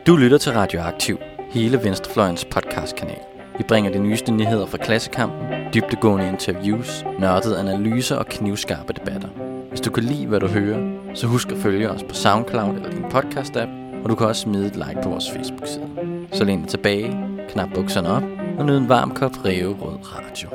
Du lytter til Radioaktiv, hele Venstrefløjens podcastkanal. Vi bringer de nyeste nyheder fra klassekampen, dybdegående interviews, nørdede analyser og knivskarpe debatter. Hvis du kan lide, hvad du hører, så husk at følge os på SoundCloud eller din podcast-app, og du kan også smide et like på vores Facebook-side. Så læn dig tilbage, knap bukserne op og nyd en varm kop ræverød radio.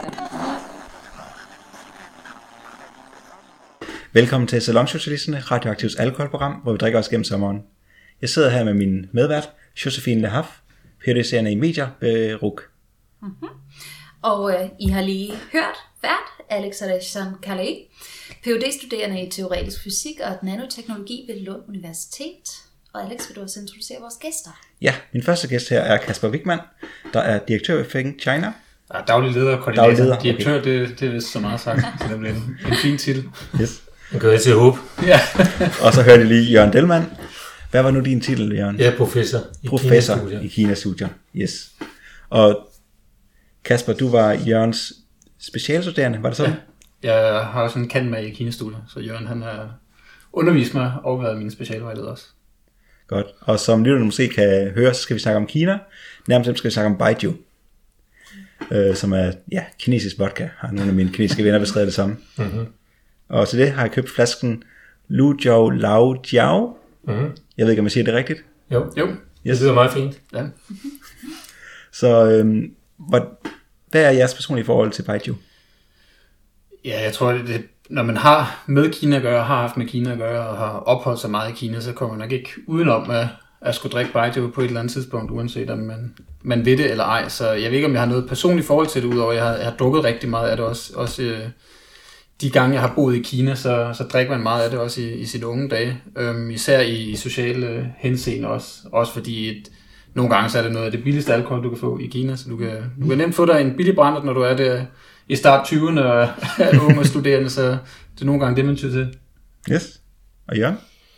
Velkommen til Salonsocialisterne, Radioaktivs alkoholprogram, hvor vi drikker os gennem sommeren. Jeg sidder her med min medvært, Josephine Le Haff, Ph.D.'serende i medier ved RUC. Mm-hmm. Og I har lige hørt vært Alex Alexan-Kalei, Ph.D.-studerende i teoretisk fysik og nanoteknologi ved Lund Universitet. Og Alex, vil du også introducere vores gæster? Ja, min første gæst her er Kasper Wichmann, der er direktør i Feng China. Ja, daglig leder og koordinator. Direktør, okay. det er vist så meget sagt, så det bliver en fin titel. Yes. Man kan altid håbe. Ja. Og så hørte I lige Jørgen Delman. Hvad var nu din titel, Jørgen? Jeg er professor i Kina-studier. Yes. Og Kasper, du var Jørgens specialstuderende, var det sådan? Ja. Jeg har også en kant med i Kina-studier, så Jørgen han har undervist mig og været min specialvejleder også. Godt. Og som lytterne måske kan høre, så skal vi snakke om Kina. Nærmest skal vi snakke om Baijiu, som er kinesisk vodka. Har nogle af mine kinesiske venner beskrevet det samme. Mm-hmm. Og til det har jeg købt flasken Lujiao Lao Jiao. Mm-hmm. Jeg ved ikke, om jeg siger det rigtigt. Jo. Yes. Det lyder meget fint. Ja. Så hvad er jeres personlige forhold til Baijiu? Ja, jeg tror, det når man har med Kina at gøre, har haft med Kina at gøre, og har opholdt sig meget i Kina, så kommer man nok ikke udenom at skulle drikke Baijiu på et eller andet tidspunkt, uanset om man ved det eller ej. Så jeg ved ikke, om jeg har noget personligt forhold til det, udover jeg har drukket rigtig meget af det også de gange, jeg har boet i Kina, så drikker man meget af det også i sine unge dage. Især i sociale henseender også. Også fordi nogle gange så er det noget af det billigste alkohol, du kan få i Kina. Så du kan nemt få dig en billig brændert, når du er der i start 20'erne og er unge og studerende. Så det er nogle gange det, man tyder til. Yes. Og Jørgen?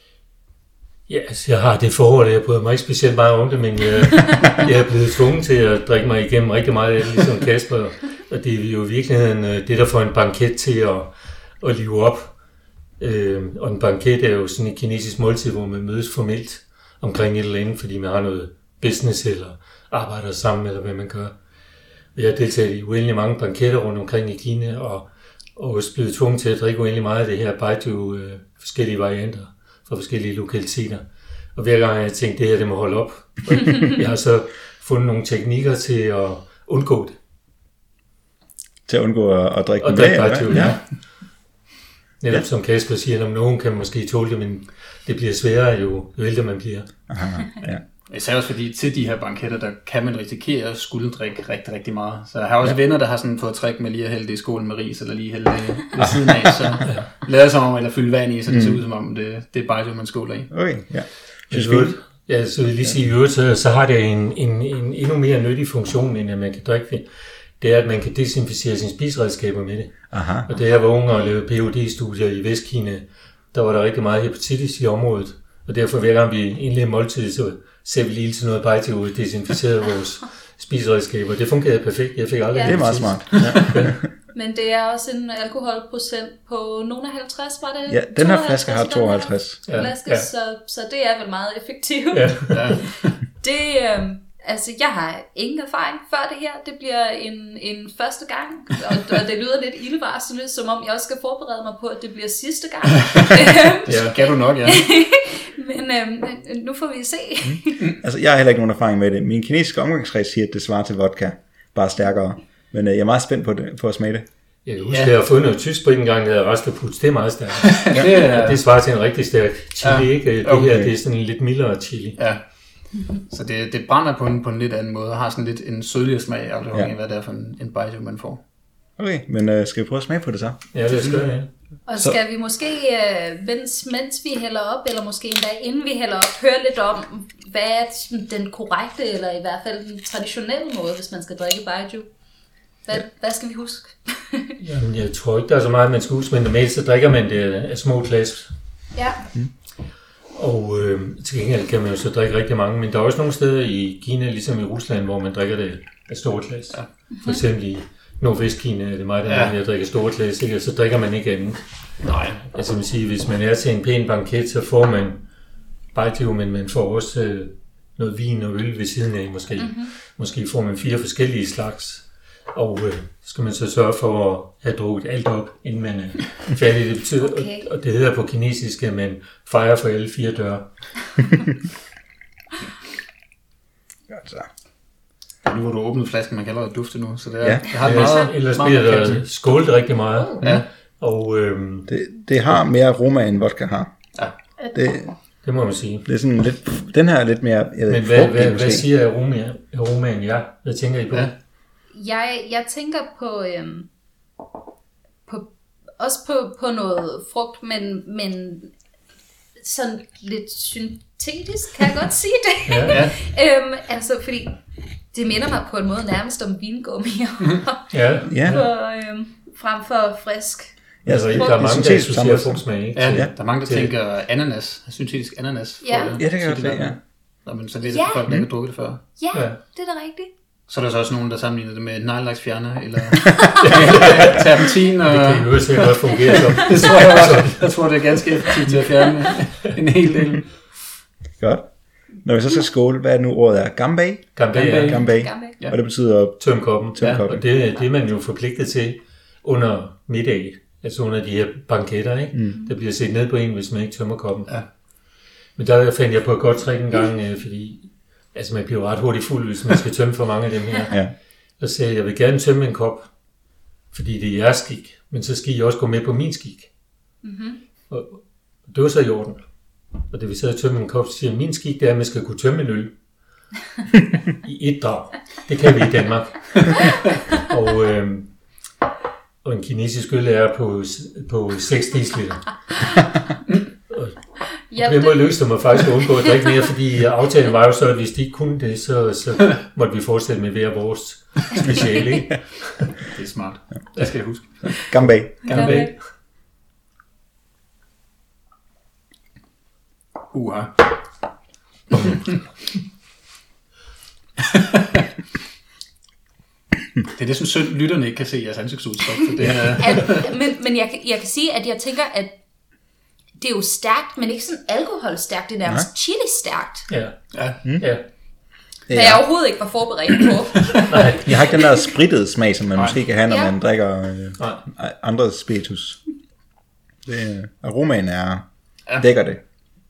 Ja, altså jeg har det forhold, jeg bryder mig ikke specielt meget om det, men jeg er blevet tvunget til at drikke mig igennem rigtig meget af det, ligesom Kasper. Og det er jo i virkeligheden det, der får en banket til at live op. Og en banket er jo sådan et kinesisk måltid, hvor man mødes formelt omkring et eller andet, fordi man har noget business eller arbejder sammen, eller hvad man gør. Og jeg har deltaget i uendelig mange banketter rundt omkring i Kina, og også blevet tvunget til at drikke uendelig meget af det her Baijiu, forskellige varianter fra forskellige lokaliteter. Og hver gang jeg tænkte, det her det må holde op. Og jeg har så fundet nogle teknikker til at undgå det. Til at undgå at drikke og den drikke Baijiu, ja. Netop som Kasper siger, om nogen kan måske tåle det, men det bliver sværere, jo ældre man bliver. Aha, ja. Især også fordi til de her banketter, der kan man risikere at skulle drikke rigtig, rigtig meget. Så jeg har også venner, der har sådan fået trick med lige at hælde det i skålen med ris, eller lige hælde det ved siden af, så lader som om, eller fylde vand i, så det ser ud som om, det er bare det, man skåler i. Okay, ja. Ja, så vil jeg lige sige, i øvrigt, så har det en endnu mere nyttig funktion, end at man kan drikke det. Det er, at man kan desinficere sine spiseredskaber med det. Aha. Og da jeg var ung og lavede Ph.D.-studier i Vestkina, der var der rigtig meget hepatitis i området. Og derfor hver gang vi indledte måltid, så ser vi lige til noget Baijiu og desinficerede vores spiseredskaber. Det fungerede perfekt. Jeg fik aldrig det er meget smart. Ja. Men det er også en alkoholprocent på nogle af 50, var det? Ja, den her flaske har 52. Flaske, så det er vel meget effektivt. Ja. Det, altså, jeg har ingen erfaring før det her. Det bliver en første gang, og det lyder lidt ildvarslende, som om jeg også skal forberede mig på, at det bliver sidste gang. Ja, kan du nok, ja. Men nu får vi se. Altså, jeg har heller ikke nogen erfaring med det. Min kinesiske omgangskreds siger, at det svarer til vodka, bare stærkere. Men jeg er meget spændt på at smage det. Jeg kan huske, at jeg har fundet noget tysk sprit engang, der hedder Rastaputz. Det er meget stærkt. Det svarer til en rigtig stærk chili, ikke? Det her, det er sådan en lidt mildere chili. Ja. Så det brænder på en lidt anden måde, og har sådan lidt en sødligere smag, afhængig af hvad det er for en Baijiu, man får. Okay, men skal vi prøve at smage på det så? Ja, det skal jeg. Og skal vi måske, mens vi hælder op, eller måske endda inden vi hælder op, høre lidt om, hvad er den korrekte, eller i hvert fald den traditionelle måde, hvis man skal drikke Baijiu? Hvad skal vi huske? Jamen, jeg tror ikke, der er så meget, man skal huske, men normalt så drikker man det af små glas. Ja. Og til gengæld kan man jo så drikke rigtig mange, men der er også nogle steder i Kina, ligesom i Rusland, hvor man drikker det af store glas. Ja. For eksempel i Nordvestkina er det meget, der drikker store glas, ikke? Og så drikker man ikke andet. Nej. Altså man siger, hvis man er til en pæn banket, så får man Baijiu, men man får også noget vin og øl ved siden af måske. Mm-hmm. Måske får man 4 forskellige slags. Og skal man så sørge for at have drukket alt op, inden man er færdig. Det betyder, og det hedder på kinesisk, at man fejrer for alle 4 døre. Godt så. Nu hvor du åbnet flasken, man kan allerede dufte nu, så det er, Ja. det har meget, Ellers meget bliver markant. der skålet rigtig meget. Ja. Og Det har mere aroma, end vodka har. Ja. det må man sige. Det er sådan lidt, den her er lidt mere, jeg ved, Men frugtig hvad måske. siger aromaen? Ja, hvad tænker I på? Ja. Jeg tænker også på noget frugt, men sådan lidt syntetisk, kan jeg godt sige det. Ja. Altså, fordi det minder mig på en måde nærmest om vingummier, Ja. Ja, frem for frisk. ja Altså, der er mange, der associerer frugtsmag, ikke? Ja, Så- der er mange, der tænker ananas, syntetisk ananas. Ja. ja, det kan jeg godt se, ja. Nå, men så lidt af folk, der ikke har drukket det før. Ja, Ja. det er da rigtigt. Så er der så også nogen, der sammenligner det med neglelaksfjerner, eller terpentin. Og... Det kan jo også godt fungere som. Det tror jeg også. Jeg tror, det er ganske effektivt til at fjerne en hel del. Godt. Når vi så skal skåle, hvad er det nu ordet er? Gambay? Gambay, Gambay. Gammel. Og det betyder tøm koppen. Tøm koppen. Og det er man jo forpligtet til under middag, altså under de her banketter, ikke? Mm. Der bliver set ned på en, hvis man ikke tømmer koppen. Ja. Men der fandt jeg på et godt trick en gang, fordi altså man bliver jo ret hurtigt fuld, hvis man skal tømme for mange af dem her. Ja. Så sagde jeg vil gerne tømme en kop, fordi det er jeres skik, men så skal I også gå med på min skik. Mm-hmm. Og det var så i orden. Og det vi sad og tømme en kop, så siger min skik, det er, at man skal kunne tømme en øl. I et drag. Det kan vi i Danmark. Og en kinesisk øl er på 6 deciliter. På den måde lykkedes det mig faktisk at undgå at drikke mere, fordi aftalen var jo så, at hvis de ikke kunne det, så måtte vi fortsætte med hver vores speciale. Ikke? Det er smart. Det skal jeg huske. Gambay. Gambay. Uha. Det er det, som synd, lytterne ikke kan se jeres ansigtsudtryk. Så det er... Men jeg kan sige, at jeg tænker, at det er jo stærkt, men ikke sådan alkoholstærkt. Det er nærmest chili-stærkt. Ja. Ja. Ja. Hvad jeg overhovedet ikke var forberedt på. Jeg har ikke den der sprittede smag, som man måske kan have, når Ja. man drikker andre spiritus. Aromaen dækker det.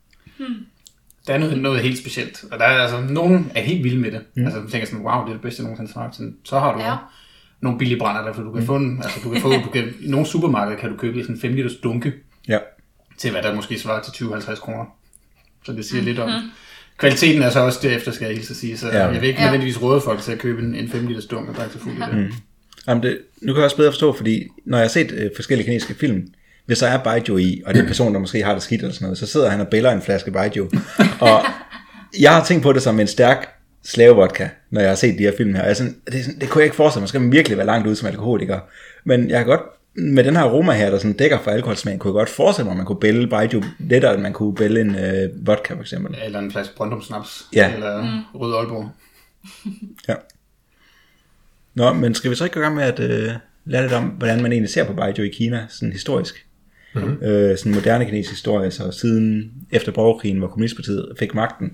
Der er noget helt specielt. Og der er altså, nogen er helt vilde med det. Altså, du tænker sådan, wow, det er det bedste, jeg nogensinde har smagt. Så har du nogle billige brænder der, for du kan få en, altså i nogle supermarkeder kan du købe sådan 5 liters dunke, Ja. til hvad der måske svarer til 20-50 kroner. Så det siger lidt om. Kvaliteten er så også derefter, skal jeg hilse at sige. Så jeg vil ikke nødvendigvis råde folk til at købe en 5 liters dunk og drikke sig fuld i det. Jamen nu kan jeg også bedre forstå, fordi når jeg har set forskellige kinesiske film, hvis der er baijiu i, og det er en person, der måske har det skidt eller sådan noget, så sidder han og bæller en flaske baijiu. Og jeg har tænkt på det som en stærk slavevodka, når jeg har set de her film her. Det kunne jeg ikke forestille mig. Man skal virkelig være langt ude som alkoholiker. Men jeg kan godt, med den her aroma her, der sådan dækker for alkoholsmagen, kunne jeg godt forestille mig, at man kunne bælle baijiu lettere, end man kunne bælle en vodka for eksempel. Eller en flaske Brøndum Snaps. Ja. Eller Rød Aalborg. Ja. Nå, men skal vi så ikke gå i gang med at lære lidt om, hvordan man egentlig ser på baijiu i Kina, sådan historisk? Mm-hmm. Sådan moderne kinesisk historie, så siden efter borgerkrigen, hvor kommunistpartiet fik magten.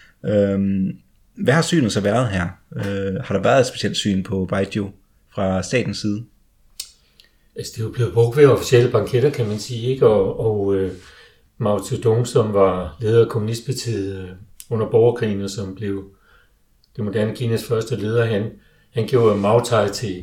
Hvad har synet så været her? Har der været et specielt syn på baijiu fra statens side? Altså, det er jo blevet brugt ved officielle banketter, kan man sige, ikke? Og Mao Zedong, som var leder af kommunistpartiet under borgerkrigen, og som blev det moderne Kinas første leder, han gjorde Mao Tai til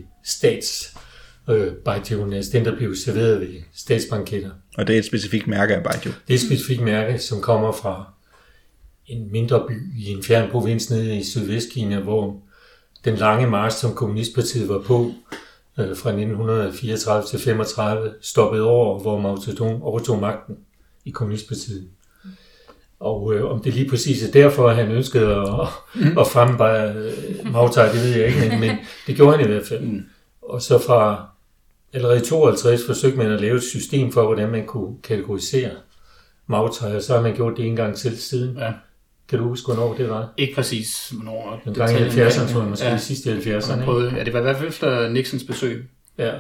baijiu, altså den, der blev serveret ved statsbanketter. Og det er et specifikt mærke af baijiu? Det er et specifikt mærke, som kommer fra en mindre by i en fjern provins nede i Sydvestkina, hvor den lange march, som kommunistpartiet var på, fra 1934 til 35 stoppede over, hvor Mao Zedong overtog magten i kommunistpartiet. Og om det lige præcis er derfor, at han ønskede at frembære Mao Tai, det ved jeg ikke, men det gjorde han i hvert fald. Og så fra allerede 52 forsøgte man at lave et system for, hvordan man kunne kategorisere Mao Tai, og så har man gjort det en gang til siden. Ja. Kan du huske, hvornår det var? Ikke præcis, hvornår. Den gang i 70'erne, tror jeg, måske sidste i 70'erne. Ja, det var i hvert fald efter Nixons besøg. Ja.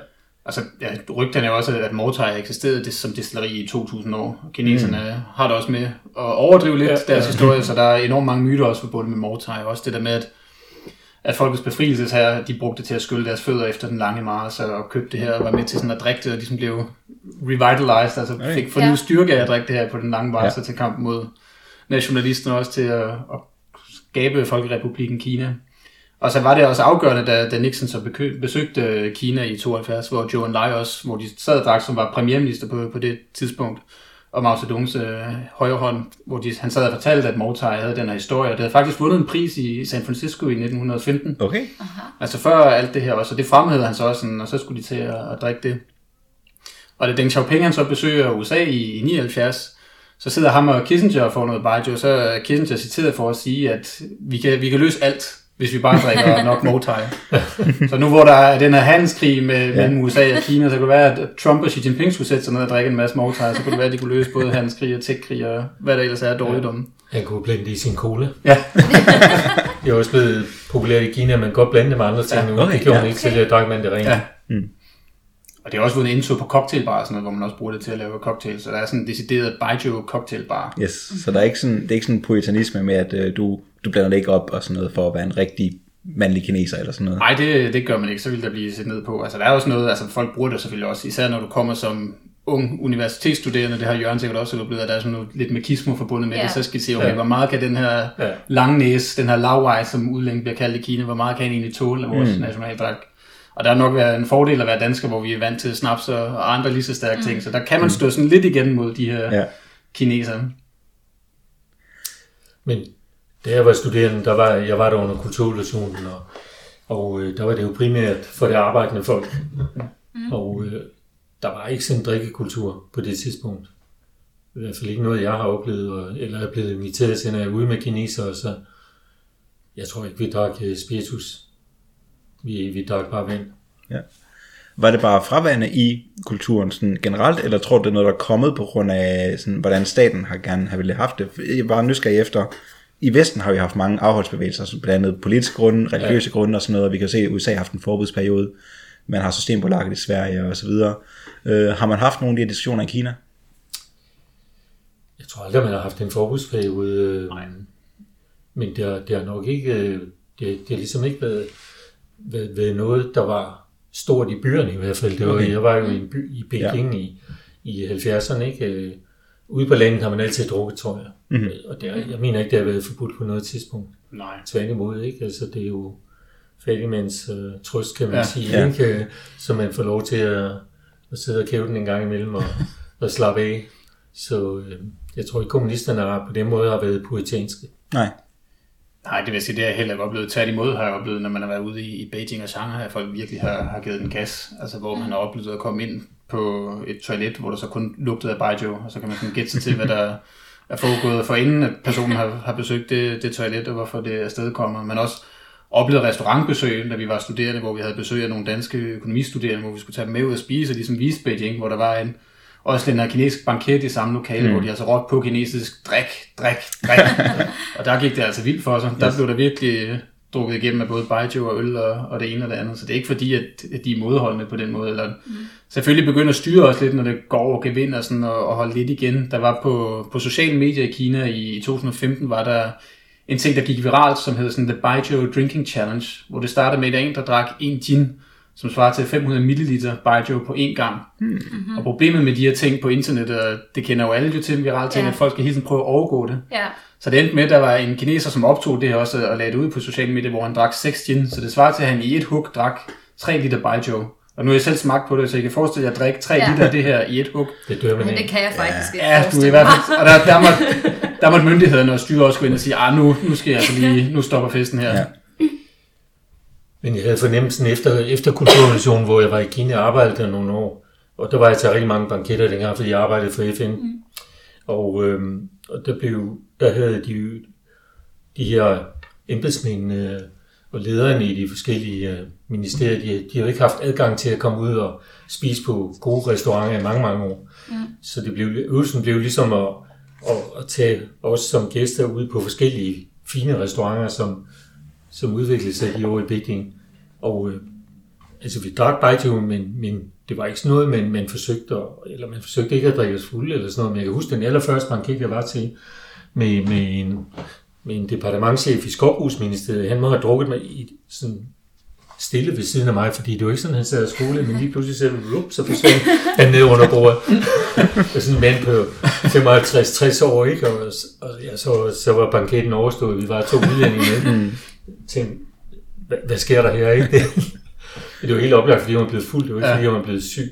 Altså, ja, rygterne er også, at Moutai eksisterede som destilleri i 2000 år. Kineserne har det også med at overdrive lidt deres historie, så der er enormt mange myter også forbundet med Moutai. Også det der med, at folkets befrielsesherrer, de brugte det til at skylle deres fødder efter den lange march, og købte det her og var med til sådan at drikke det, og ligesom blev revitalized, altså fik fornyet styrke af at drikke det her på den lange march til kamp mod nationalisterne, også til at skabe Folkerepublikken Kina. Og så var det også afgørende, da Nixon så besøgte Kina i 72, hvor Zhou Enlai også, hvor de sad og drak, som var premierminister på det tidspunkt, og Mao Zedongs højre hånd, hvor han sad og fortalte, at Moutai havde den her historie. Det havde faktisk vundet en pris i San Francisco i 1915. Okay. Altså før alt det her også, og det fremhævede han så også, sådan, og så skulle de til at drikke det. Og da Deng Xiaoping han så besøger USA i 79, så sidder ham og Kissinger og får noget baijiu, så er Kissinger citeret for at sige, at vi kan løse alt, hvis vi bare drikker nok Moutai. Så nu hvor der er den her handelskrig mellem USA og Kina, så kunne det være, at Trump og Xi Jinping skulle sætte sig ned og drikke en masse Moutai, så kunne det være, at de kunne løse både handelskrig og tech-krig og hvad der ellers er dårligdomme. Han kunne blande det i sin cola. Ja. Det er også blevet populært i Kina, man kan godt blande det med andre ting nu. Det gjorde man ikke til at drikke mandarin. Ja. Og det er også vundet indtog på cocktailbar, sådan noget, hvor man også bruger det til at lave cocktails. Så der er sådan en decideret baijiu cocktailbar. Yes, så der er ikke sådan, det er ikke sådan en puritanisme med, at du blander det ikke op og sådan noget for at være en rigtig mandlig kineser eller sådan noget. Nej, det gør man ikke, så vil der blive set ned på. Altså der er også noget, altså folk bruger det selvfølgelig også, især når du kommer som ung universitetsstuderende, det har Jørgen sikkert også blevet, at der er sådan noget lidt mekismo forbundet med det, så skal vi se, okay, hvor meget kan den her lange næse, den her lavvej, som udlænge bliver kaldt i Kina, hvor meget kan han egentlig tåle af vores nationaldrag. Og der er nok været en fordel at være dansker, hvor vi er vant til snaps og andre lige så stærke ting, så der kan man stå sådan lidt igen mod de her kinesere. Men da jeg var studerende, jeg var der under kulturrevolutionen, og der var det jo primært for det arbejdende folk. Og der var ikke sådan en drikkekultur på det tidspunkt. I hvert fald ikke noget, jeg har oplevet, eller er blevet inviteret til, når jeg er ude med kinesere, så jeg tror ikke, vi drak spiritus. Vi drak bare vand. Ja. Var det bare fraværende i kulturen sådan generelt, eller tror du, det er noget, der er kommet på grund af, sådan, hvordan staten har gerne have ville haft det? Jeg var nysgerrig efter, i Vesten har vi haft mange afholdsbevægelser, som blandt andet politiske grunde, religiøse grunde og sådan noget, og vi kan se, at USA har haft en forbudsperiode, man har Systembolaget i Sverige og så videre. Har man haft nogle af de diskussioner i Kina? Jeg tror aldrig, man har haft en forbudsperiode, men det har nok ikke, det har ligesom ikke været noget, der var stort i byerne i hvert fald. Det var, jeg var jo i en by i Beijing i 70'erne, ikke? Ude på landet har man altid drukket, tror jeg. Og jeg mener ikke, det har været forbudt på noget tidspunkt. Nej. Tværtimod, ikke? Altså, det er jo fattigmands trøst, kan man sige, ikke? Så man får lov til at sidde og kæve den en gang imellem og slappe af. Så jeg tror ikke, kommunisterne på den måde har været puritanske. Nej, det vil sige, det er heller ikke oplevet. Tværtimod har jeg oplevet, når man har været ude i Beijing og Shanghai, at folk virkelig har givet den gas. Altså, hvor man har oplevet at komme ind på et toilet, hvor der så kun lugtede af baijiu, og så kan man sådan gætte sig til, hvad der er foregået for inden, at personen har besøgt det toilet, og hvorfor det afsted kommer. Man også oplevet restaurantbesøg, da vi var studerende, hvor vi havde besøg af nogle danske økonomistuderende, hvor vi skulle tage dem med ud og spise, og ligesom vise Beijing, hvor der var også den her kinesisk banket i samme lokale, hvor de altså råbte på kinesisk, drik. Og der gik det altså vildt for sig. Der blev der virkelig drukket igennem af både baijiu og øl og det ene og det andet. Så det er ikke fordi, at de er modholdende på den måde. Eller selvfølgelig begynder at styre også lidt, når det går over gevind og sådan, og holde lidt igen. Der var på sociale medier i Kina i 2015, var der en ting, der gik viralt, som hed sådan The Baijiu Drinking Challenge, hvor det startede med, at en, der drak en gin, som svarer til 500 ml baijiu på én gang. Og problemet med de her ting på internettet, det kender jo alle jo til viralt ting, at folk skal hele tiden prøve at overgå det. Så det endte med, at der var en kineser, som optog det her også og lagde det ud på sociale medier, hvor han drak 6 gin. Så det svarer til, at han i et hug drak 3 liter baijiu. Og nu har jeg selv smagt på det, så jeg kan forestille jer at drikke 3 liter af det her i et hug. Det dør man. Men det kan jeg faktisk ikke forestille mig. I hvert fald. Og der måtte myndighederne og styre også gå ind og sige, nu skal jeg altså lige, nu stopper festen her. Men jeg havde fornemmelsen efter kulturrevolutionen, hvor jeg var i Kina og arbejdede der nogle år. Og der var jeg til rigtig mange banketter dengang, fordi jeg arbejdede for FN. Og der havde de her embedsmænd og lederne i de forskellige ministerier, de har jo ikke haft adgang til at komme ud og spise på gode restauranter i mange, mange år. Så øvelsen blev ligesom at tage os som gæster ud på forskellige fine restauranter, som udviklede sig i år i Beijing. Og altså vi drak baijiu, men det var ikke sådan noget, man forsøgte ikke at drikke os fulde eller sådan noget, men jeg kan huske den allerførste banket, jeg var til med en departementschef i Skovbrugsministeriet. Han må have drukket mig i sådan stille ved siden af mig, fordi det var ikke sådan, han sad i skole, men lige pludselig så forsvandt han ned under bordet. Og sådan en mand på 55-60 år, ikke? Og så var banketten overstået. Vi var 2 udlændinge med. Tænkte, hvad sker der her, ikke? Det var helt oplagt, fordi hun var blevet fuld. Det var ikke, fordi hun var blevet syg.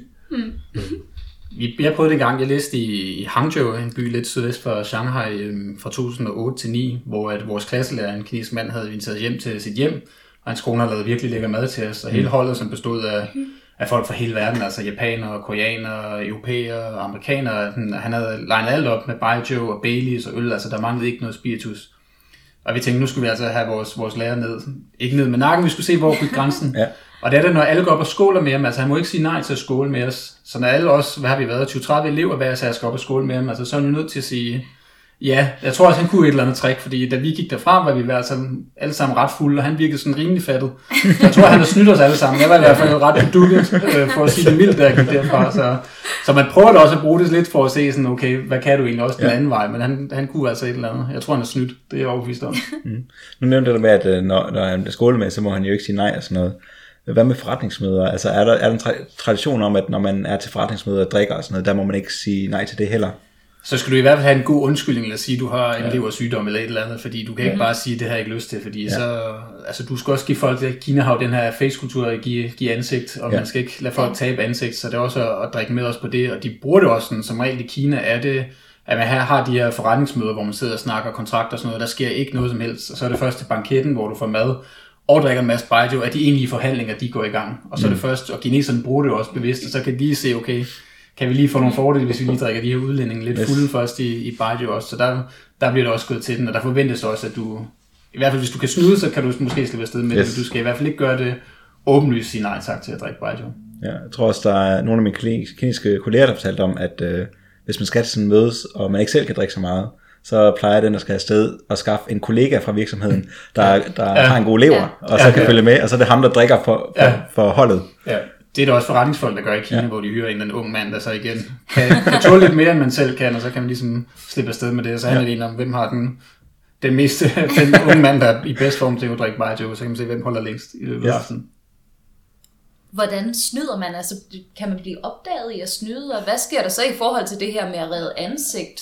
Jeg prøvede det en gang, jeg læste i Hangzhou, en by lidt sydvest for Shanghai, fra 2008 til 2009, hvor at vores klasselærer, en kinesisk mand, havde inviteret hjem til sit hjem, og hans kone har lavet virkelig lækker mad til os, og hele holdet, som bestod af folk fra hele verden, altså japanere, koreanere, europæere, amerikanere. Han havde legnet alt op med baijiu og Baileys og øl, altså der manglede ikke noget spiritus. Og vi tænkte, nu skulle vi altså have vores lærer ned. Ikke ned med nakken, vi skulle se, hvor gik grænsen. Ja. Og det er det, når alle går op og skåler med ham, altså han må ikke sige nej til at skåle med os. Så når alle os, hvad har vi været, 20-30 elever, hver især skal op og skåle med ham, altså så er vi nødt til at sige, ja, jeg tror også, han kunne et eller andet trick, fordi da vi gik derfra, var vi alle sammen ret fulde, og han virkede sådan rimelig fattet. Jeg tror, han har snydt os alle sammen. Jeg var i hvert fald ret bedukket, for at sige det mildt, da jeg gik derfra. Så man prøver da også at bruge det lidt for at se sådan, okay, hvad kan du egentlig også den anden vej, men han kunne altså et eller andet. Jeg tror, han har snydt. Det er jeg overbevist om. Nu nævnte du med, at når han er skole med, så må han jo ikke sige nej og sådan noget. Hvad med forretningsmøder? Altså er der en tradition om, at når man er til forretningsmøder og drikker og sådan noget, der må man ikke sige nej til det heller? Så skal du i hvert fald have en god undskyldning, eller sige, at du har en leversygdom eller et eller andet, fordi du kan ikke bare sige, at det har jeg ikke lyst til, fordi så, altså du skal også give folk, Kina har jo den her face-kultur at give ansigt, og man skal ikke lade folk tabe ansigt, så det er også at drikke med os på det, og de bruger det også sådan, som regel i Kina er det, at man her har de her forretningsmøder, hvor man sidder og snakker kontrakter og sådan noget, der sker ikke noget som helst, og så er det først til banketten, hvor du får mad, og drikker en masse baijiu, at de egentlige forhandlinger, de går i gang, og så er det først, og kineserne bruger det også bevidst, og så kan de lige se, okay, kan vi lige få nogle fordele, hvis vi lige drikker de her udlændinge lidt fulde først i baijiu også. Så der bliver det også gået til den, og der forventes også, at du, i hvert fald hvis du kan snyde, så kan du måske slippe afsted med det, men du skal i hvert fald ikke gøre det åbenlyst sige nej tak til at drikke baijiu. Ja, jeg tror også, der er nogle af mine kinesiske kolleger, der har fortalt om, at hvis man skal til sådan en mødes, og man ikke selv kan drikke så meget, så plejer den, der skal afsted og skaffe en kollega fra virksomheden, der har en god lever, og så kan følge med, og så er det ham, der drikker for holdet. Ja. Det er der også forretningsfolk, der gør i Kina, hvor de hyrer en eller anden ung mand, der så igen kan tåle lidt mere, end man selv kan, og så kan man ligesom slippe afsted med det. Og så handler det om, hvem har den unge mand, der er i bedst form til at drikke baijiu, så kan man se, hvem holder længst i løbet af aftenen. Hvordan snyder man? Altså, kan man blive opdaget i at snyde? Og hvad sker der så i forhold til det her med at redde ansigt?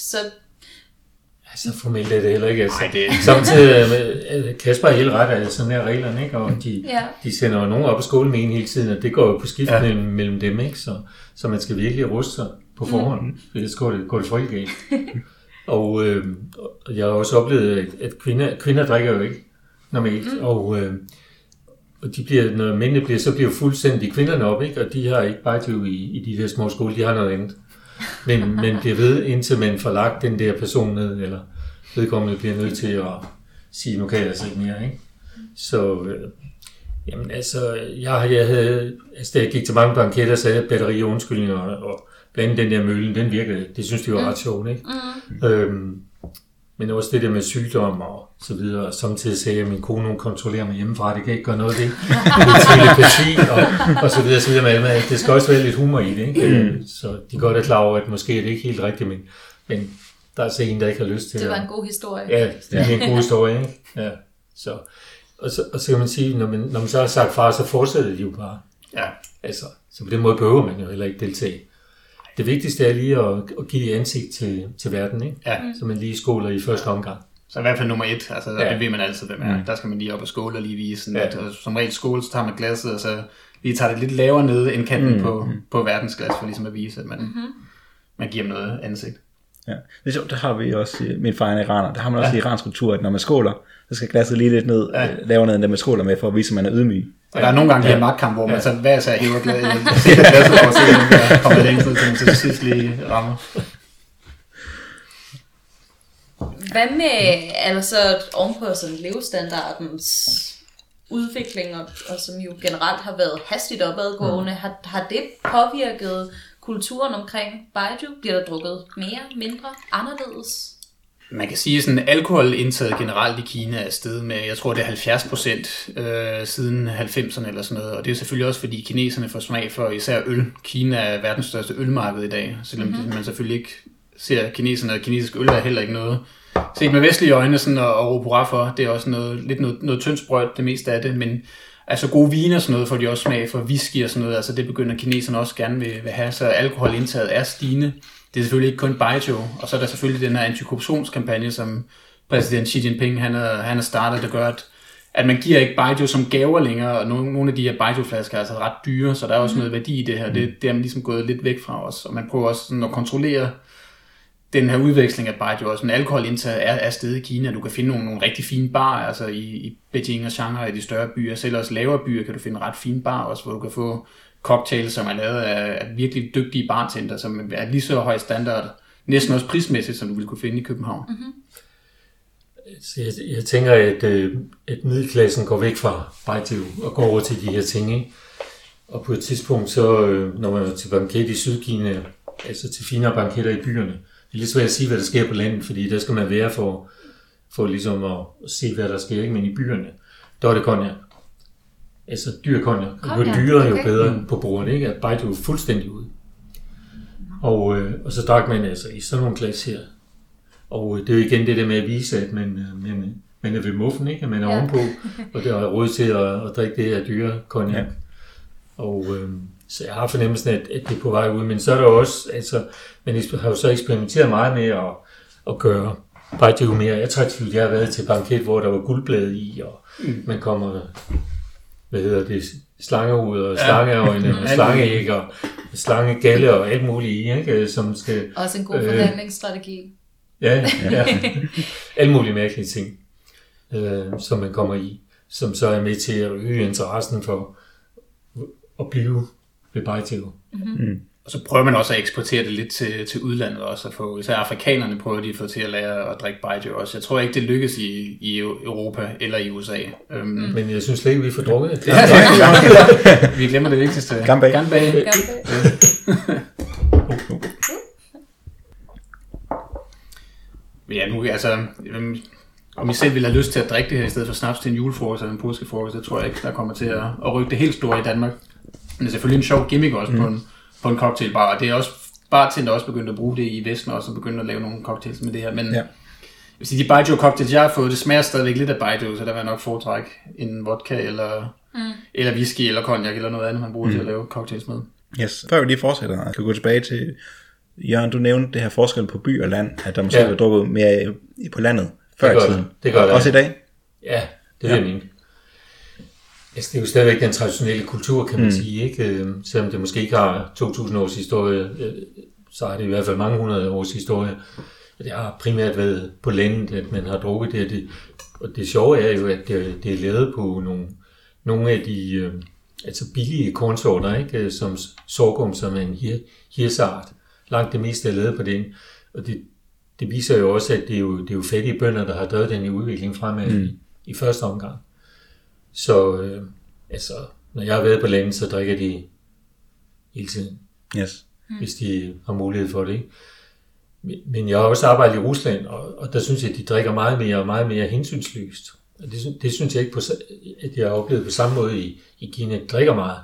Så formelt er det heller ikke. Altså. Samtidig, Kasper er helt ret af sådan her reglerne, ikke? Og de sender jo nogen op på skole med en hele tiden, og det går jo på skift mellem dem, ikke? Så man skal virkelig ruste sig på forhånd, for ellers går det frygteligt galt. Og jeg har også oplevet, at kvinder drikker jo ikke normalt, og de bliver, når mændene bliver, så bliver fuldstændig kvinderne op, ikke? Og de har ikke baijiu i de der små skoler, de har noget andet. Men bliver ved, indtil man får lagt den der person ned, eller vedkommende bliver nødt til at sige, nu kan jeg altså ikke mere, ikke? Så, jamen altså, da jeg gik til mange banketter, så havde jeg batteri og undskyldninger, og blandt andet den der møllen, den virkede, det synes de var ret sjovt, ikke? Men også det der med sygdom og så videre, og samtidig sagde jeg, at min kone, hun kontrollerer mig hjemmefra, det kan ikke gøre noget af det. Det er telepati og så videre, så videre. Men det skal også være lidt humor i det, ikke? Så de godt er klar over, at måske er det ikke helt rigtigt, men der er så en, der ikke har lyst til det. Det var en god historie. Ja, det er en god historie, ikke? Ja, så. Og så kan man sige, når man så har sagt far, så fortsætter de jo bare. Ja. Altså, så på den måde behøver man jo heller ikke deltage. Det vigtigste er lige at give ansigt til verden, ikke? Ja. Så man lige skåler i første omgang. Så i hvert fald nummer 1, altså det ved man altid, hvem er. Der skal man lige op og skåle og lige vise, sådan, at som regel skåle, så tager man glasset, og så lige tager det lidt lavere nede end kanten på verdensglas, for ligesom at vise, at man giver dem noget ansigt. Ja, det har vi også, min far er iraner, der har man også i iransk kultur, at når man skåler, så skal glasset lige lidt ned, lavere ned, end det man skåler med, for at vise, at man er ydmyg. Og der er nogle gange de her magtkamp, hvor man så hver sig hæver glasset for at se, om der kommer længst ned, til til sidst lige rammer. Hvad med altså ovenpå sådan levestandardens udvikling, og som jo generelt har været hastigt opadgående, har det påvirket kulturen omkring baijiu? Bliver der drukket mere, mindre, anderledes? Man kan sige, at sådan alkoholindtaget generelt i Kina er steget med, jeg tror det er 70% siden 90'erne eller sådan noget. Og det er selvfølgelig også, fordi kineserne får smag for især øl. Kina er verdens største ølmarked i dag, selvom man selvfølgelig ikke ser kineserne, og kinesisk øl er heller ikke noget. Set med vestlige øjne sådan at råbe hurra for, det er også noget tyndt sprøjt, det meste af det, men altså gode viner og sådan noget får de også smag for, whisky og sådan noget, altså det begynder kineserne også gerne vil have, så alkoholindtaget er stigende. Det er selvfølgelig ikke kun baijiu, og så er der selvfølgelig den her antikorruptionskampagne, som præsident Xi Jinping han har startet, der gør, at man giver ikke baijiu som gaver længere, og nogle af de her baijiu-flasker er altså ret dyre, så der er også noget værdi i det her. Det er man ligesom gået lidt væk fra os, og man prøver også sådan at kontrollere den her udveksling af baijiu også. Men alkoholindtaget er stedet i Kina. Du kan finde nogle rigtig fine barer, altså i Beijing og Shanghai, i de større byer. Selv også lavere byer kan du finde ret fine barer også, hvor du kan få cocktails, som er lavet af virkelig dygtige bartender, som er lige så høj standard, næsten også prismæssigt, som du ville kunne finde i København. Mm-hmm. Jeg tænker, at middelklassen går væk fra baijiu og går over til de her ting, ikke? Og på et tidspunkt, så når man er til banket i Sydkina, altså til finere banketter i byerne, det er lidt svært at sige, hvad der sker på landet, fordi der skal man være for ligesom at se, hvad der sker, ikke? Men i byerne, der er det cognac. Altså dyr cognac. Jo dyrere, jo bedre på bordet, ikke? At baijiu er fuldstændig ude. Og så drak man altså i sådan nogle glas her. Og det er jo igen det der med at vise, at man er ved muffen, ikke? At man er ovenpå, og der er råd til at drikke det her dyre cognac. Ja. Og så jeg har fornemmelsen, at det er på vej ud. Men så er der også, altså, man har jo så eksperimenteret meget med at gøre baijiu mere attraktivt. Jeg har været til banket, hvor der var guldblade i, og man kommer, slangehoved og slangeøjne og slangeæg og slangegalle og alt muligt i, ikke? Som skal... Også en god forhandlingsstrategi. Ja. Alle mulige mærkelige ting, som man kommer i, som så er med til at øge interessen for at blive ved baijiu. Mm-hmm. Og så prøver man også at eksportere det lidt til udlandet også, at få, især afrikanerne prøver de at få til at lære at drikke baijiu også. Jeg tror ikke, det lykkes i Europa eller i USA. Men jeg synes slet ikke, vi får drukket det. Vi glemmer det vigtigste. Ganbei. Ja, nu altså... Om I selv vil have lyst til at drikke det her i stedet for snaps til en julefrokost eller en påskefrokost, det tror jeg ikke, der kommer til at rykke det helt store i Danmark. Men det er selvfølgelig en sjov gimmick også på en cocktailbar, og det er også bartender også begyndt at bruge det i Vesten også, og begyndt at lave nogle cocktails med det her. Men jeg vil sige, de baijiu cocktails, jeg har fået, det smager stadigvæk lidt af baijiu, så der vil jeg nok foretrække en vodka eller whisky eller cognac eller noget andet, man bruger til at lave cocktails med. Yes. Før vi lige fortsætter, jeg kan gå tilbage til, Jørgen, du nævnte det her forskel på by og land, at der måske er drukket mere på landet. Det gør det. Også i dag? Ja, det er det. Altså, det er jo stadigvæk den traditionelle kultur, kan man sige, ikke? Selvom det måske ikke har 2000 års historie, så har det i hvert fald mange hundrede års historie. Det har primært været på landet, at man har drukket det. Og det sjove er jo, at det er lavet på nogle af de altså billige kornsorter, ikke? Som sorghum, som er en hirsart. Langt det meste er lavet på den. Og det viser jo også, at det er jo fattige bønder, der har drevet den i udvikling fremad i første omgang. Så altså, når jeg har været på landet, så drikker de hele tiden, hvis de har mulighed for det. Ikke? Men jeg har også arbejdet i Rusland, og der synes jeg, at de drikker meget mere hensynsløst. Og det synes jeg ikke, at jeg har oplevet på samme måde i Kina. De drikker meget,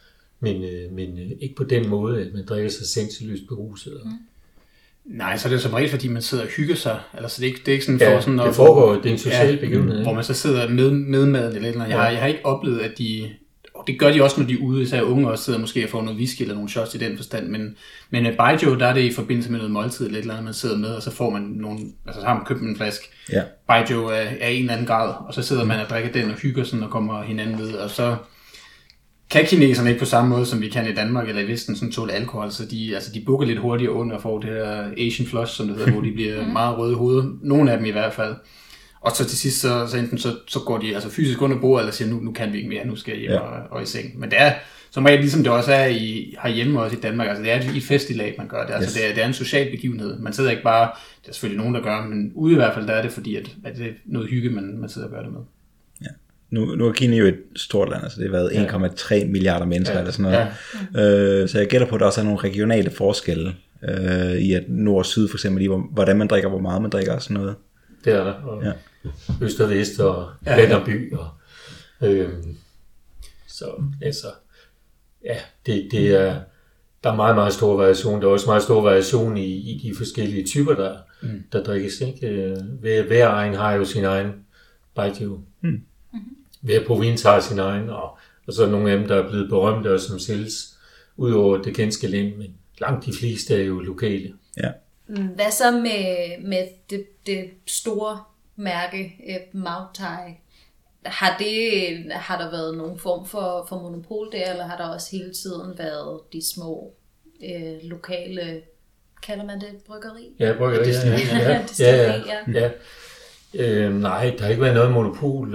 men ikke på den måde, at man drikker sig sindsløst beruset. Nej, så er det som regel, fordi man sidder og hygger sig. Altså, det er ikke sådan for sådan det foregår, det er en social begivenhed. Hvor man så sidder med maden eller noget. Jeg har ikke oplevet, at og det gør de også, når de er ude, især unge også sidder måske og får noget whisky eller nogle shots i den forstand, men baijiu, der er det i forbindelse med noget måltid eller et eller andet, man sidder med, og så får man så har man købt en flaske baijiu af en eller anden grad, og så sidder man og drikker den og hygger sådan og kommer hinanden ved, og så kan kineserne ikke på samme måde, som vi kan i Danmark eller i Vesten, sådan tåle alkohol, så de bukker lidt hurtigere under og får det her Asian flush, som det hedder, hvor de bliver meget røde i hovedet. Nogle af dem i hvert fald. Og så til sidst, så enten så går de altså fysisk under bordet, eller siger, nu kan vi ikke mere, nu skal jeg hjem og i seng. Men det er som regel, ligesom det også er herhjemme også i Danmark, altså det er et festival, man gør det. Altså det er en social begivenhed. Man sidder ikke bare, det er selvfølgelig nogen, der gør, men ude i hvert fald, der er det fordi, at det er noget hygge, man sidder og gør det med. Nu er Kina jo et stort land, altså det har været 1,3 milliarder mennesker eller sådan noget. Så jeg gætter på, at der også er nogle regionale forskelle. i at nord og syd for eksempel, i hvordan man drikker, hvor meget man drikker og sådan noget. Det er der, og øst og vest og land og by. Og, så altså, ja, det er, der er meget, meget stor variation. Der er også meget stor variation i de forskellige typer, der drikkes. Ikke? Hver egen har jo sin egen baijiu. Hver provins har sin egen, og så nogle af dem, der er blevet berømte og som sælges ud over det ganske land, men langt de fleste er jo lokale. Ja. Hvad så med det store mærke Mao Tai? Har der været nogen form for monopol der, eller har der også hele tiden været de små lokale, kalder man det bryggeri? Ja, bryggeri. Nej, der har ikke været noget monopol.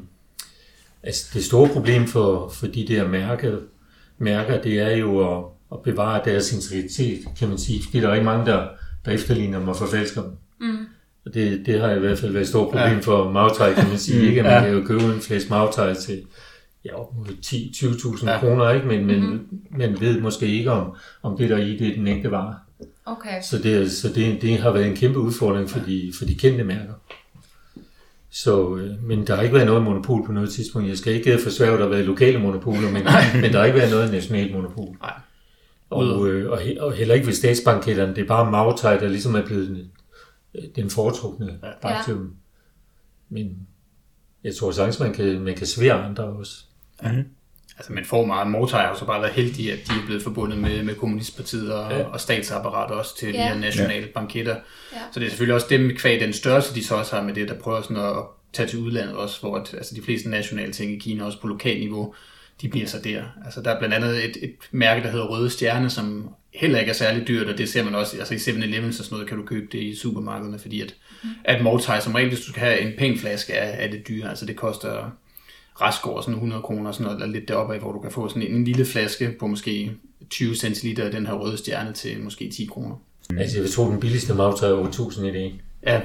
Altså det store problem for de der mærker, det er jo at bevare deres integritet, kan man sige. Fordi der er ikke mange, der efterligner dem og forfalsker dem. Og det har i hvert fald været et stort problem for Mao Tai, kan man sige. Ikke? Man kan jo købe en flæsk Mao Tai til op mod 10-20.000 kroner, ikke? Men man ved måske ikke, om det der i det er den ægte vare. Okay. Så det har været en kæmpe udfordring for de kendte mærker. Så, men der har ikke været noget monopol på noget tidspunkt. Jeg skal ikke forsværge, at der har været lokale monopoler, men der har ikke været noget nationalt monopol. Nej. Og heller ikke ved statsbanketterne. Det er bare Mao Tai, der ligesom er blevet den foretrukne aktiv. Men jeg tror sagtens, man kan svære andre også. Altså man får meget. Mao Tai har jo så bare været heldige, at de er blevet forbundet med Kommunistpartiet og statsapparatet også til de her nationale banketter. Så det er selvfølgelig også dem kvad den størrelse, de så også har med det, der prøver sådan at tage til udlandet også, hvor altså de fleste nationale ting i Kina, også på lokal niveau, de bliver så der. Altså der er blandt andet et mærke, der hedder Røde Stjerne, som heller ikke er særlig dyrt, og det ser man også, altså i 7-Eleven så sådan noget, kan du købe det i supermarkederne, fordi at Mao Tai som regel, hvis du skal have en pæn flaske, er det dyre. Altså det koster rask over sådan 100 kroner, sådan noget, eller lidt deroppe af, hvor du kan få sådan en lille flaske på måske 20 centiliter af den her Røde Stjerne til måske 10 kroner. Altså jeg vil tro, den billigste Mao Tai er over 1000 i det. Ja.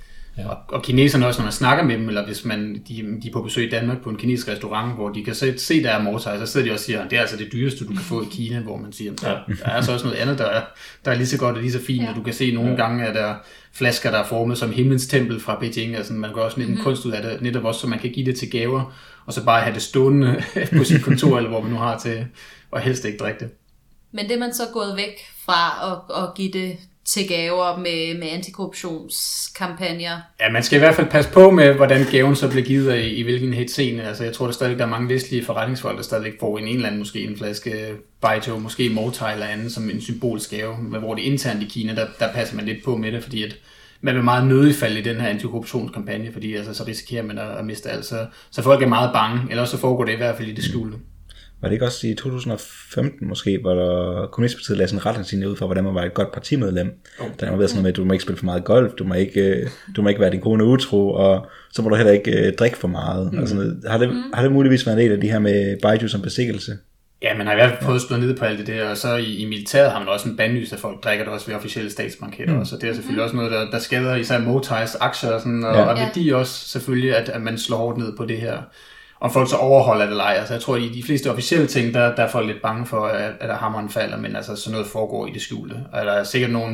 Og kineserne også, når man snakker med dem, eller hvis de er på besøg i Danmark på en kinesisk restaurant, hvor de kan se der er Mao Tai, så sidder de også og siger, det er altså det dyreste, du kan få i Kina, hvor man siger, der er altså også noget andet, der er lige så godt og lige så fint, og du kan se nogle gange, at der er flasker, der er formet som himlens tempel fra Beijing, altså man gør også lidt en kunst ud af det, netop også, så man kan give det til gaver, og så bare have det stående på sit kontor, eller hvor man nu har til, og helst ikke drikke det. Men det er man så gået væk fra at give det til gaver med antikorruptionskampagner. Ja, man skal i hvert fald passe på med, hvordan gaven så bliver givet i hvilken henseende. Altså, jeg tror, der stadig der er mange vestlige forretningsfolk, der stadigvæk får en eller anden, måske en flaske baijiu, måske Mao Tai eller andet, som en symbolsk gave. Men hvor det internt i Kina, der passer man lidt på med det, fordi at man vil meget nødig falde i den her antikorruptionskampagne, fordi altså, så risikerer man at miste alt. Så folk er meget bange, eller så foregår det i hvert fald i det skjulte. Var det ikke også i 2015 måske, hvor der Kommunistpartiet lagde sådan en retningslinje ud for, hvordan man var et godt partimedlem. Der har været sådan noget med, at du må ikke spille for meget golf, du må ikke være din kone utro, og så må du heller ikke drikke for meget. Altså, har det muligvis været en del af de her med baijiu som besikkelse? Ja, man har i hvert fald prøvet at slå ned på alt det der, og så i militæret har man også en bandlys, at folk drikker det også ved officielle statsbanketter, så det er selvfølgelig også noget, der skader især Mao Tai's aktier og sådan, og værdi også selvfølgelig, at man slår hårdt ned på det her. Om folk så overholder det eller ej. Altså, jeg tror, at i de fleste officielle ting, der er folk lidt bange for, at hammeren falder, men altså, sådan noget foregår i det skjulte. Og der er sikkert nogle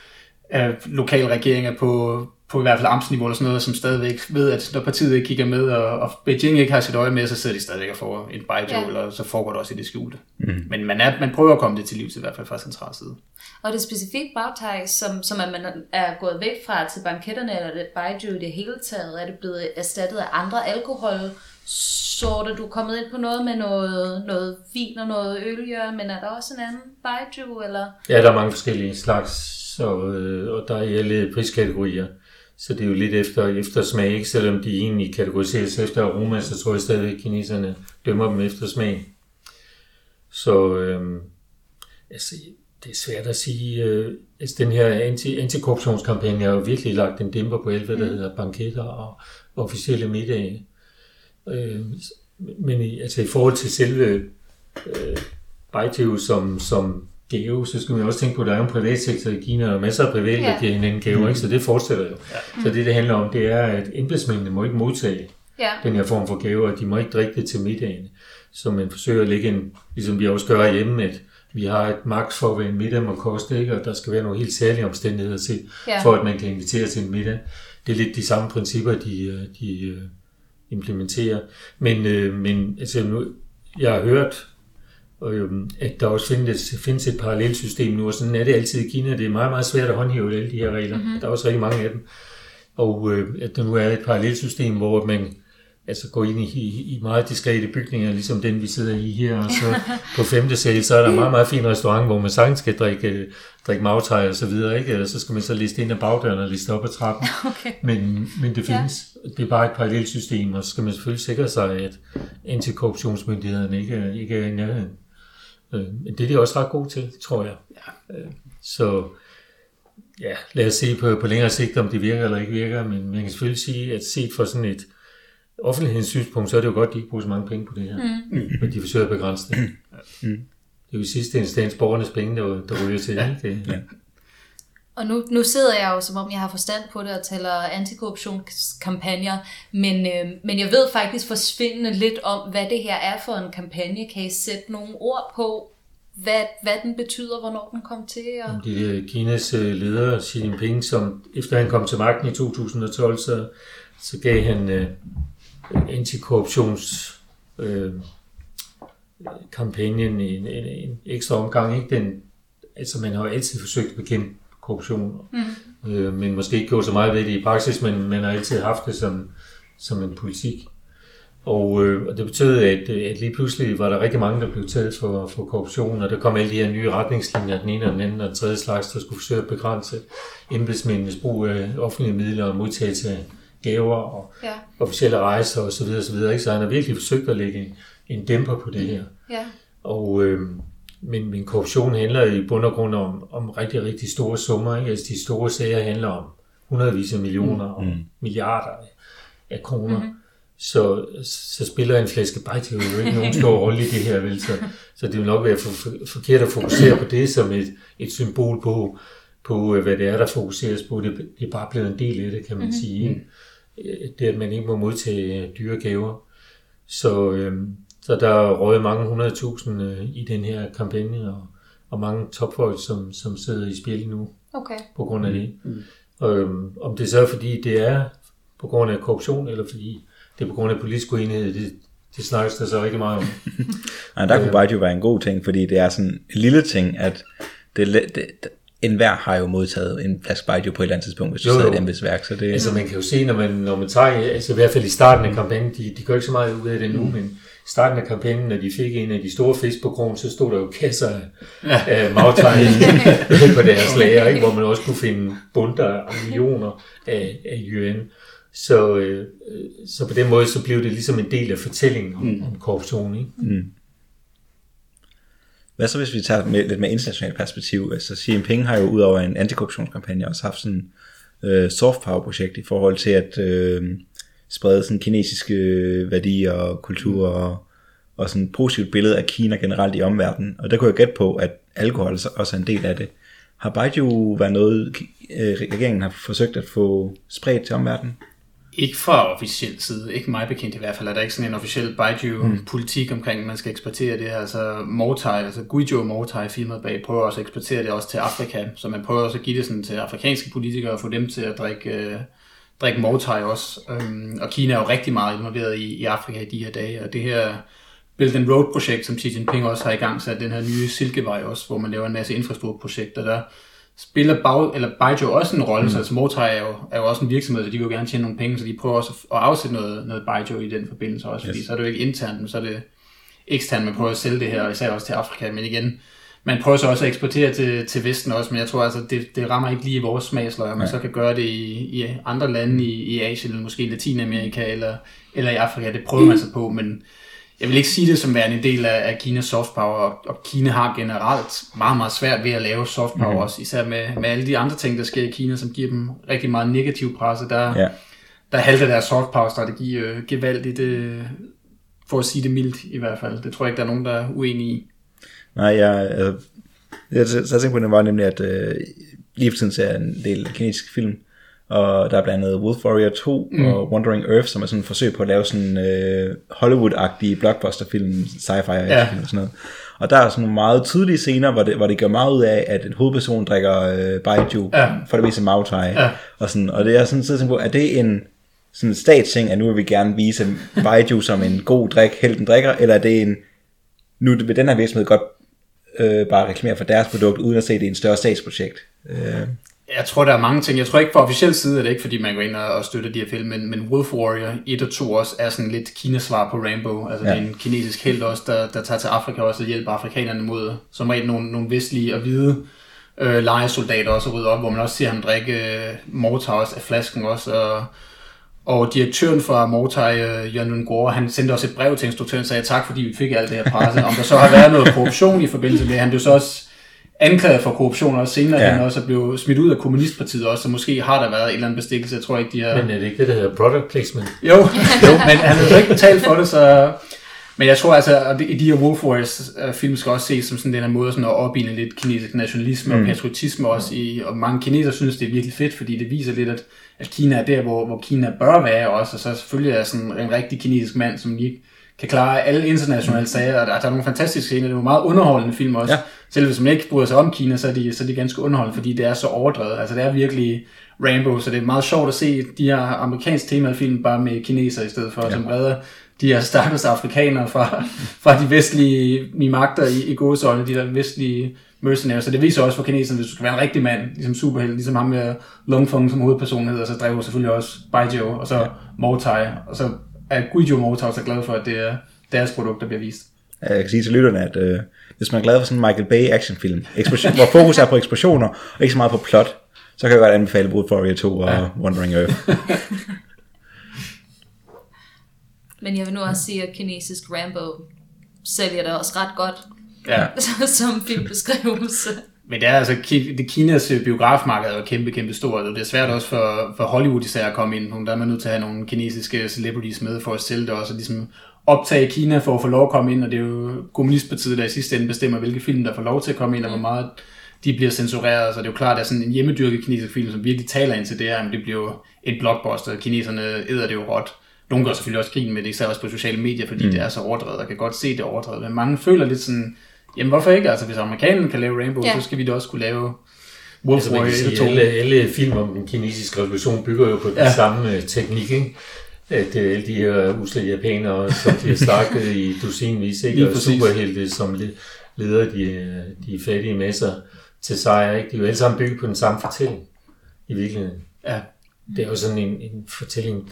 lokale regeringer på i hvert fald amtsniveau eller sådan noget, som stadigvæk ved, at når partiet ikke kigger med, og Beijing ikke har sit øje med, så sidder de stadigvæk og får en baijiu, eller så foregår det også i det skjulte. Men man prøver at komme det til livs, i hvert fald fra central side. Og det specifikt Mao Tai, som at man er gået væk fra til banketterne, eller det baijiu i det hele taget, er det blevet erstattet af andre alkoholsorter? Du er kommet ind på noget med noget vin og noget øl, men er der også en anden baijiu, eller? Ja, der er mange forskellige slags, og der er i alle priskategorier. Så det er jo lidt efter smag, ikke? Selvom de egentlig kategoriseres efter aroma, så tror jeg stadig, at kineserne dømmer dem efter smag. Så altså, det er svært at sige. Altså, den her antikorruptionskampagne har jo virkelig lagt en dæmper på alt, hvad der hedder banketter og officielle middage. Men altså, i forhold til selve baijiu som gave, så skal man også tænke på, at der er en privatsektor i Kina, og masser af private, der giver hinanden gaver, ikke? Så det fortsætter jo. Så det handler om, det er, at embedsmændene må ikke modtage den her form for gaver, og de må ikke drikke det til middagen. Så man forsøger at lægge ligesom vi også gør hjemme, vi har et maks for, hvad en middag må koste, ikke? Og der skal være nogle helt særlige omstændigheder til, for at man kan invitere til en middag. Det er lidt de samme principper, de implementerer. Men altså, nu, jeg har hørt, at der også findes et parallelsystem nu, og sådan er det altid i Kina. Det er meget, meget svært at håndhæve alle de her regler. Der er også rigtig mange af dem. Og at der nu er et parallelsystem, hvor man altså går ind i meget diskrete bygninger, ligesom den, vi sidder i her. Og så på 5. sal, så er der en meget, meget fin restaurant, hvor man sagtens skal drikke Mai Tai og så videre, ikke? Eller så skal man så liste ind ad bagdøren og liste op ad trappen. Okay. Men det findes. Det er bare et parallelsystem, og så skal man selvfølgelig sikre sig, at antikorruptionsmyndighederne ikke er i nærheden. Men det er de også ret gode til, tror jeg. Så ja, lad os se på længere sigt, om det virker eller ikke virker, men man kan selvfølgelig sige, at set fra sådan et offentlighedssynspunkt, så er det jo godt, at de ikke bruger så mange penge på det her. Men de forsøger at begrænse det. Det er jo i sidste instans borgernes penge, der ryger til. Ikke? Ja. Og nu sidder jeg jo, som om jeg har forstand på det, og taler antikorruptionskampagner, men jeg ved faktisk forsvindende lidt om, hvad det her er for en kampagne. Kan I sætte nogle ord på, hvad den betyder, hvornår den kom til? Og... Det er Kinas leder, Xi Jinping, som efter han kom til magten i 2012, så gav han antikorruptionskampagnen en ekstra omgang. Ikke? Altså man har jo altid forsøgt at bekæmpe korruption, men måske ikke gjort så meget ved det i praksis, men man har altid haft det som en politik. Og det betød, at lige pludselig var der rigtig mange, der blev taget for korruption, og der kom alle de her nye retningslinjer, den ene og den anden og den tredje slags, der skulle forsøge at begrænse embedsmændenes brug af offentlige midler og modtagelse af gaver og officielle rejser osv. Ikke? Så han har virkelig forsøgt at lægge en dæmper på det her. Ja. Og, men korruption handler i bund og grund om rigtig, rigtig store summer. Ikke? Altså de store sager handler om hundredvis af millioner og milliarder af kroner. Så spiller en flaske Baijiu jo ikke nogen stor rolle i det her, vel? Så det vil nok være forkert at fokusere på det som et symbol på, hvad det er, der fokuseres på. Det er bare blevet en del af det, kan man sige. Det at man ikke må modtage dyre gaver. Så der er røget mange 100.000 i den her kampagne, og mange topfolk, som sidder i spil nu på grund af det. Om det så er, fordi det er på grund af korruption, eller fordi det er på grund af politisk uenighed, det snakkes der så rigtig meget om. Nej, der kunne Baijiu være en god ting, fordi det er sådan en lille ting, at enhver har jo modtaget en flaske Baijiu på et eller andet tidspunkt, hvis du sidder i et embedsværk. Så det... Altså man kan jo se, når man tager, altså i hvert fald i starten af kampagnen, de gør ikke så meget ud af det nu, men i starten af kampagnen, når de fik en af de store fisk på krogen, så stod der jo kasser af Mai Tai på deres lager, ikke? Hvor man også kunne finde bundter og millioner af yuan. Så på den måde, så blev det ligesom en del af fortællingen om korruption, ikke? Hvad så, hvis vi tager lidt mere internationalt perspektiv? Altså Xi Jinping har jo ud over en antikorruptionskampagne også haft sådan soft power projekt i forhold til at sprede sådan kinesiske værdier og kultur og sådan et positivt billede af Kina generelt i omverdenen. Og der kunne jeg gætte på, at alkohol også er en del af det. Har Baijiu været noget, regeringen har forsøgt at få spredt til omverdenen? Ikke fra officiel side, ikke mig bekendt i hvert fald, er der ikke sådan en officiel Baijiu-politik omkring, at man skal eksportere det her. Altså Mai Tai, altså Guizhou Mai Tai firmaet bag, prøver også at eksportere det også til Afrika, så man prøver også at give det sådan til afrikanske politikere og få dem til at drikke Mai Tai også. Og Kina er jo rigtig meget involveret i Afrika i de her dage, og det her Belt and Road-projekt, som Xi Jinping også har i gang sat, den her nye Silkevej også, hvor man laver en masse infrastrukturprojekter, der spiller Baijiu også en rolle, så altså Mai Tai er jo også en virksomhed, så de vil jo gerne tjene nogle penge, så de prøver også at afsætte noget Baijiu i den forbindelse også, fordi så er det jo ikke internt, men så er det eksternt, man prøver at sælge det her, og især også til Afrika, men igen, man prøver så også at eksportere til Vesten også, men jeg tror altså, det rammer ikke lige i vores smagsløg, man så kan gøre det i andre lande i Asien, eller måske i Latinamerika, eller i Afrika, det prøver man sig på, men jeg vil ikke sige det som værende en del af Kinas soft power, og Kina har generelt meget, meget svært ved at lave soft power også, især med alle de andre ting, der sker i Kina, som giver dem rigtig meget negativ presse. Der halter deres soft power strategi gevaldigt, for at sige det mildt i hvert fald. Det tror jeg ikke, der er nogen, der er uenige i. Nej, jeg tænkte på, det var nemlig, at lige for tiden ser jeg en del kinesiske film, og der er blandt andet Wolf Warrior 2 og Wandering Earth, som er sådan et forsøg på at lave sådan Hollywood-agtige blockbuster-film, sci-fi-film og sådan noget. Og der er sådan nogle meget tydelige scener, hvor det gør meget ud af, at en hovedperson drikker baijiu, for det meste Mau Tai, og sådan, og det er sådan så på, at det er en sådan statsting, at nu vil vi gerne vise baijiu som en god drik, helten drikker, eller er det en, nu vil den her virksomhed godt bare reklamere for deres produkt, uden at se det i en større statsprojekt. Jeg tror, der er mange ting. Jeg tror ikke, fra officiel side er det ikke, fordi man går ind og støtter de her film, men Wolf Warrior 1 og 2 også er sådan lidt Kinas-svar på Rambo. Altså det er en kinesisk helt også, der tager til Afrika også og hjælper afrikanerne mod som regel nogle vestlige og hvide lejesoldater også og rydder op, hvor man også ser ham drikke mortar også af flasken også. Og direktøren fra Mortai, Jørgen Lundgaard, han sendte også et brev til instruktøren og sagde tak, fordi vi fik alt det her presse. Om der så har været noget korruption i forbindelse med, han blev så også anklaget for korruption, og senere han også blev smidt ud af kommunistpartiet også, så måske har der været en eller anden bestikkelse, jeg tror ikke, de har... Men er det ikke det, der hedder product placement? Jo, men han havde ikke betalt for det, så... Men jeg tror altså, at de her Wolf Warriors film skal også ses som sådan den her måde sådan at opildne lidt kinesisk nationalisme og patriotisme også i, og mange kinesere synes, det er virkelig fedt, fordi det viser lidt, at Kina er der, hvor Kina bør være også, og så selvfølgelig er sådan en rigtig kinesisk mand, som ikke kan klare alle internationale sager, og der er nogle fantastiske scener, det er jo meget underholdende film også. Selv hvis man ikke bryder sig om Kina, så er de ganske underholdende, fordi det er så overdrevet. Altså det er virkelig Rambo, så det er meget sjovt at se de her amerikanske temafilm bare med kineser i stedet for, som redder de her stakkels afrikanere fra de vestlige magter i gåseøjne, de der vestlige mercenaries. Så det viser også for kineserne, hvis du skal være en rigtig mand, ligesom superhelt, ligesom ham med Long Feng som hovedperson hedder, så drev selvfølgelig også Baijiu, og så Mortai, og så er Guido Mortai så glad for, at det er deres produkt, der bliver vist. Jeg kan sige til lytterne, at hvis man er glad for sådan en Michael Bay actionfilm, hvor fokus er på eksplosioner, og ikke så meget på plot, så kan jeg godt anbefale Wolf Warrior 2 og Wandering Earth. Men jeg vil nu også sige, at kinesisk Rambo sælger det også ret godt, som filmbeskrivelse. Men det er altså, det Kinas biografmarked er jo kæmpe stort, og det er svært også for Hollywood især at komme ind. Der er man nødt til at have nogle kinesiske celebrities med for at sælge det også, og ligesom optage Kina for at få lov at komme ind, og det er jo kommunistpartiet, der i sidste ende bestemmer, hvilke film der får lov til at komme ind, og hvor meget de bliver censureret, så det er jo klart, at der er sådan en hjemmedyrket kinesisk film, som virkelig taler ind til det her, men det bliver jo et blockbuster, kineserne æder det jo råt. Nogle gør selvfølgelig også grin med det, især også på sociale medier, fordi det er så overdrevet, og kan godt se det overdrevet, men mange føler lidt sådan, jamen hvorfor ikke, altså hvis amerikanerne kan lave Rainbow, så skal vi da også kunne lave Wolf Warrior 2. Alle film om den kinesiske revolution bygger jo på den samme teknik, ikke? At alle de her usle japanere, som de har stakket i dusinvis, ikke? Og superhelte, som leder de fattige masser til sejr, ikke? De er jo alle sammen bygget på den samme fortælling i virkeligheden. Ja. Det er jo sådan en fortælling,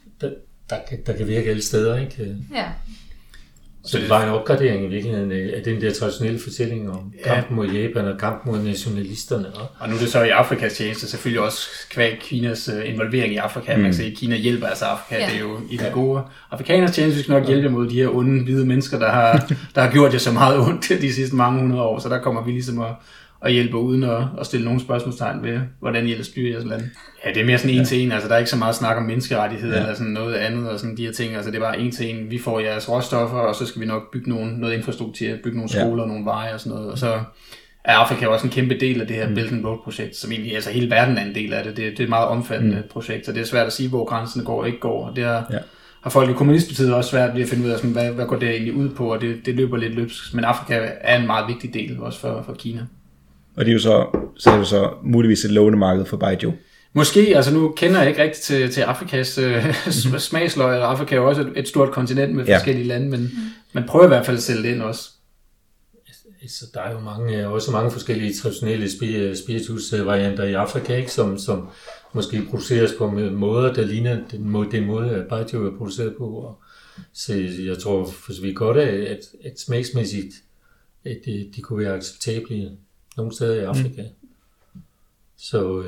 der kan virke alle steder, ikke? Ja. Så det var en opgradering i virkeligheden af den der traditionelle fortælling om kampen mod Japan og kampen mod nationalisterne. Og nu er det så i Afrikas tjeneste selvfølgelig også kvæg Kinas involvering i Afrika. Man kan sige, at Kina hjælper altså Afrika. Det er jo i det gode. Afrikaners tjeneste vi skal nok hjælpe mod de her onde, hvide mennesker, der har gjort det så meget ondt de sidste mange hundrede år. Så der kommer vi ligesom at hjælpe uden at stille nogle spørgsmålstegn ved, hvordan I ellers styrer jeres land. Ja, det er mere sådan en til en, altså der er ikke så meget snak om menneskerettigheder eller sådan noget andet og sådan de her ting, altså det er bare en til en, vi får jeres råstoffer, og så skal vi nok bygge noget infrastruktur, bygge nogle skoler og nogle veje og sådan noget, og så er Afrika også en kæmpe del af det her Belt and Road projekt, som egentlig, altså hele verden er en del af det, det er et meget omfattende projekt, så det er svært at sige, hvor grænserne går og ikke går, og det har folk i kommunistpartiet også svært ved at finde ud af, sådan, hvad går det egentlig ud på, og det løber lidt løbsk, men Afrika er en meget vigtig del også for Kina. Og det er jo så muligvis et lovende marked for Baijiu. Måske, altså nu kender jeg ikke rigtigt til Afrikas smagsløg, og Afrika er jo også et stort kontinent med forskellige lande, men man prøver i hvert fald at sælge det ind også. Så der er jo også mange forskellige traditionelle spiritus-varianter i Afrika, ikke? Som måske produceres på måder, der ligner den måde, Baijiu er produceret på. Og så jeg tror for så vidt godt, at smagsmæssigt, at de kunne være acceptable nogle steder i Afrika. Så,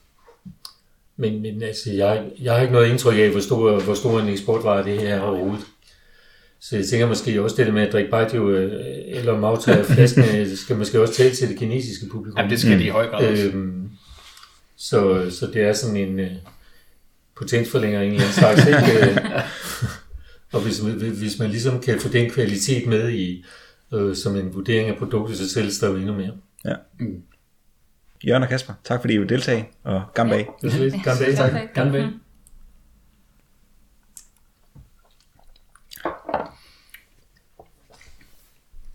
men altså, jeg har ikke noget indtryk af, hvor stor en eksportvare det her er overhovedet. Så jeg tænker måske også det med at drikke Baijiu eller Mau Tai flasken, skal måske også tale til det kinesiske publikum. Jamen det skal de i høj grad også. Så det er sådan en potensforlænger en eller anden slags, ikke? Og hvis man ligesom kan få den kvalitet med i som en vurdering af produktet, så sælges der jo endnu mere. Ja. Jørgen og Kasper, tak fordi I vil deltage, og gambag. Det er så lidt. Gambag. Tak. Gerne ved.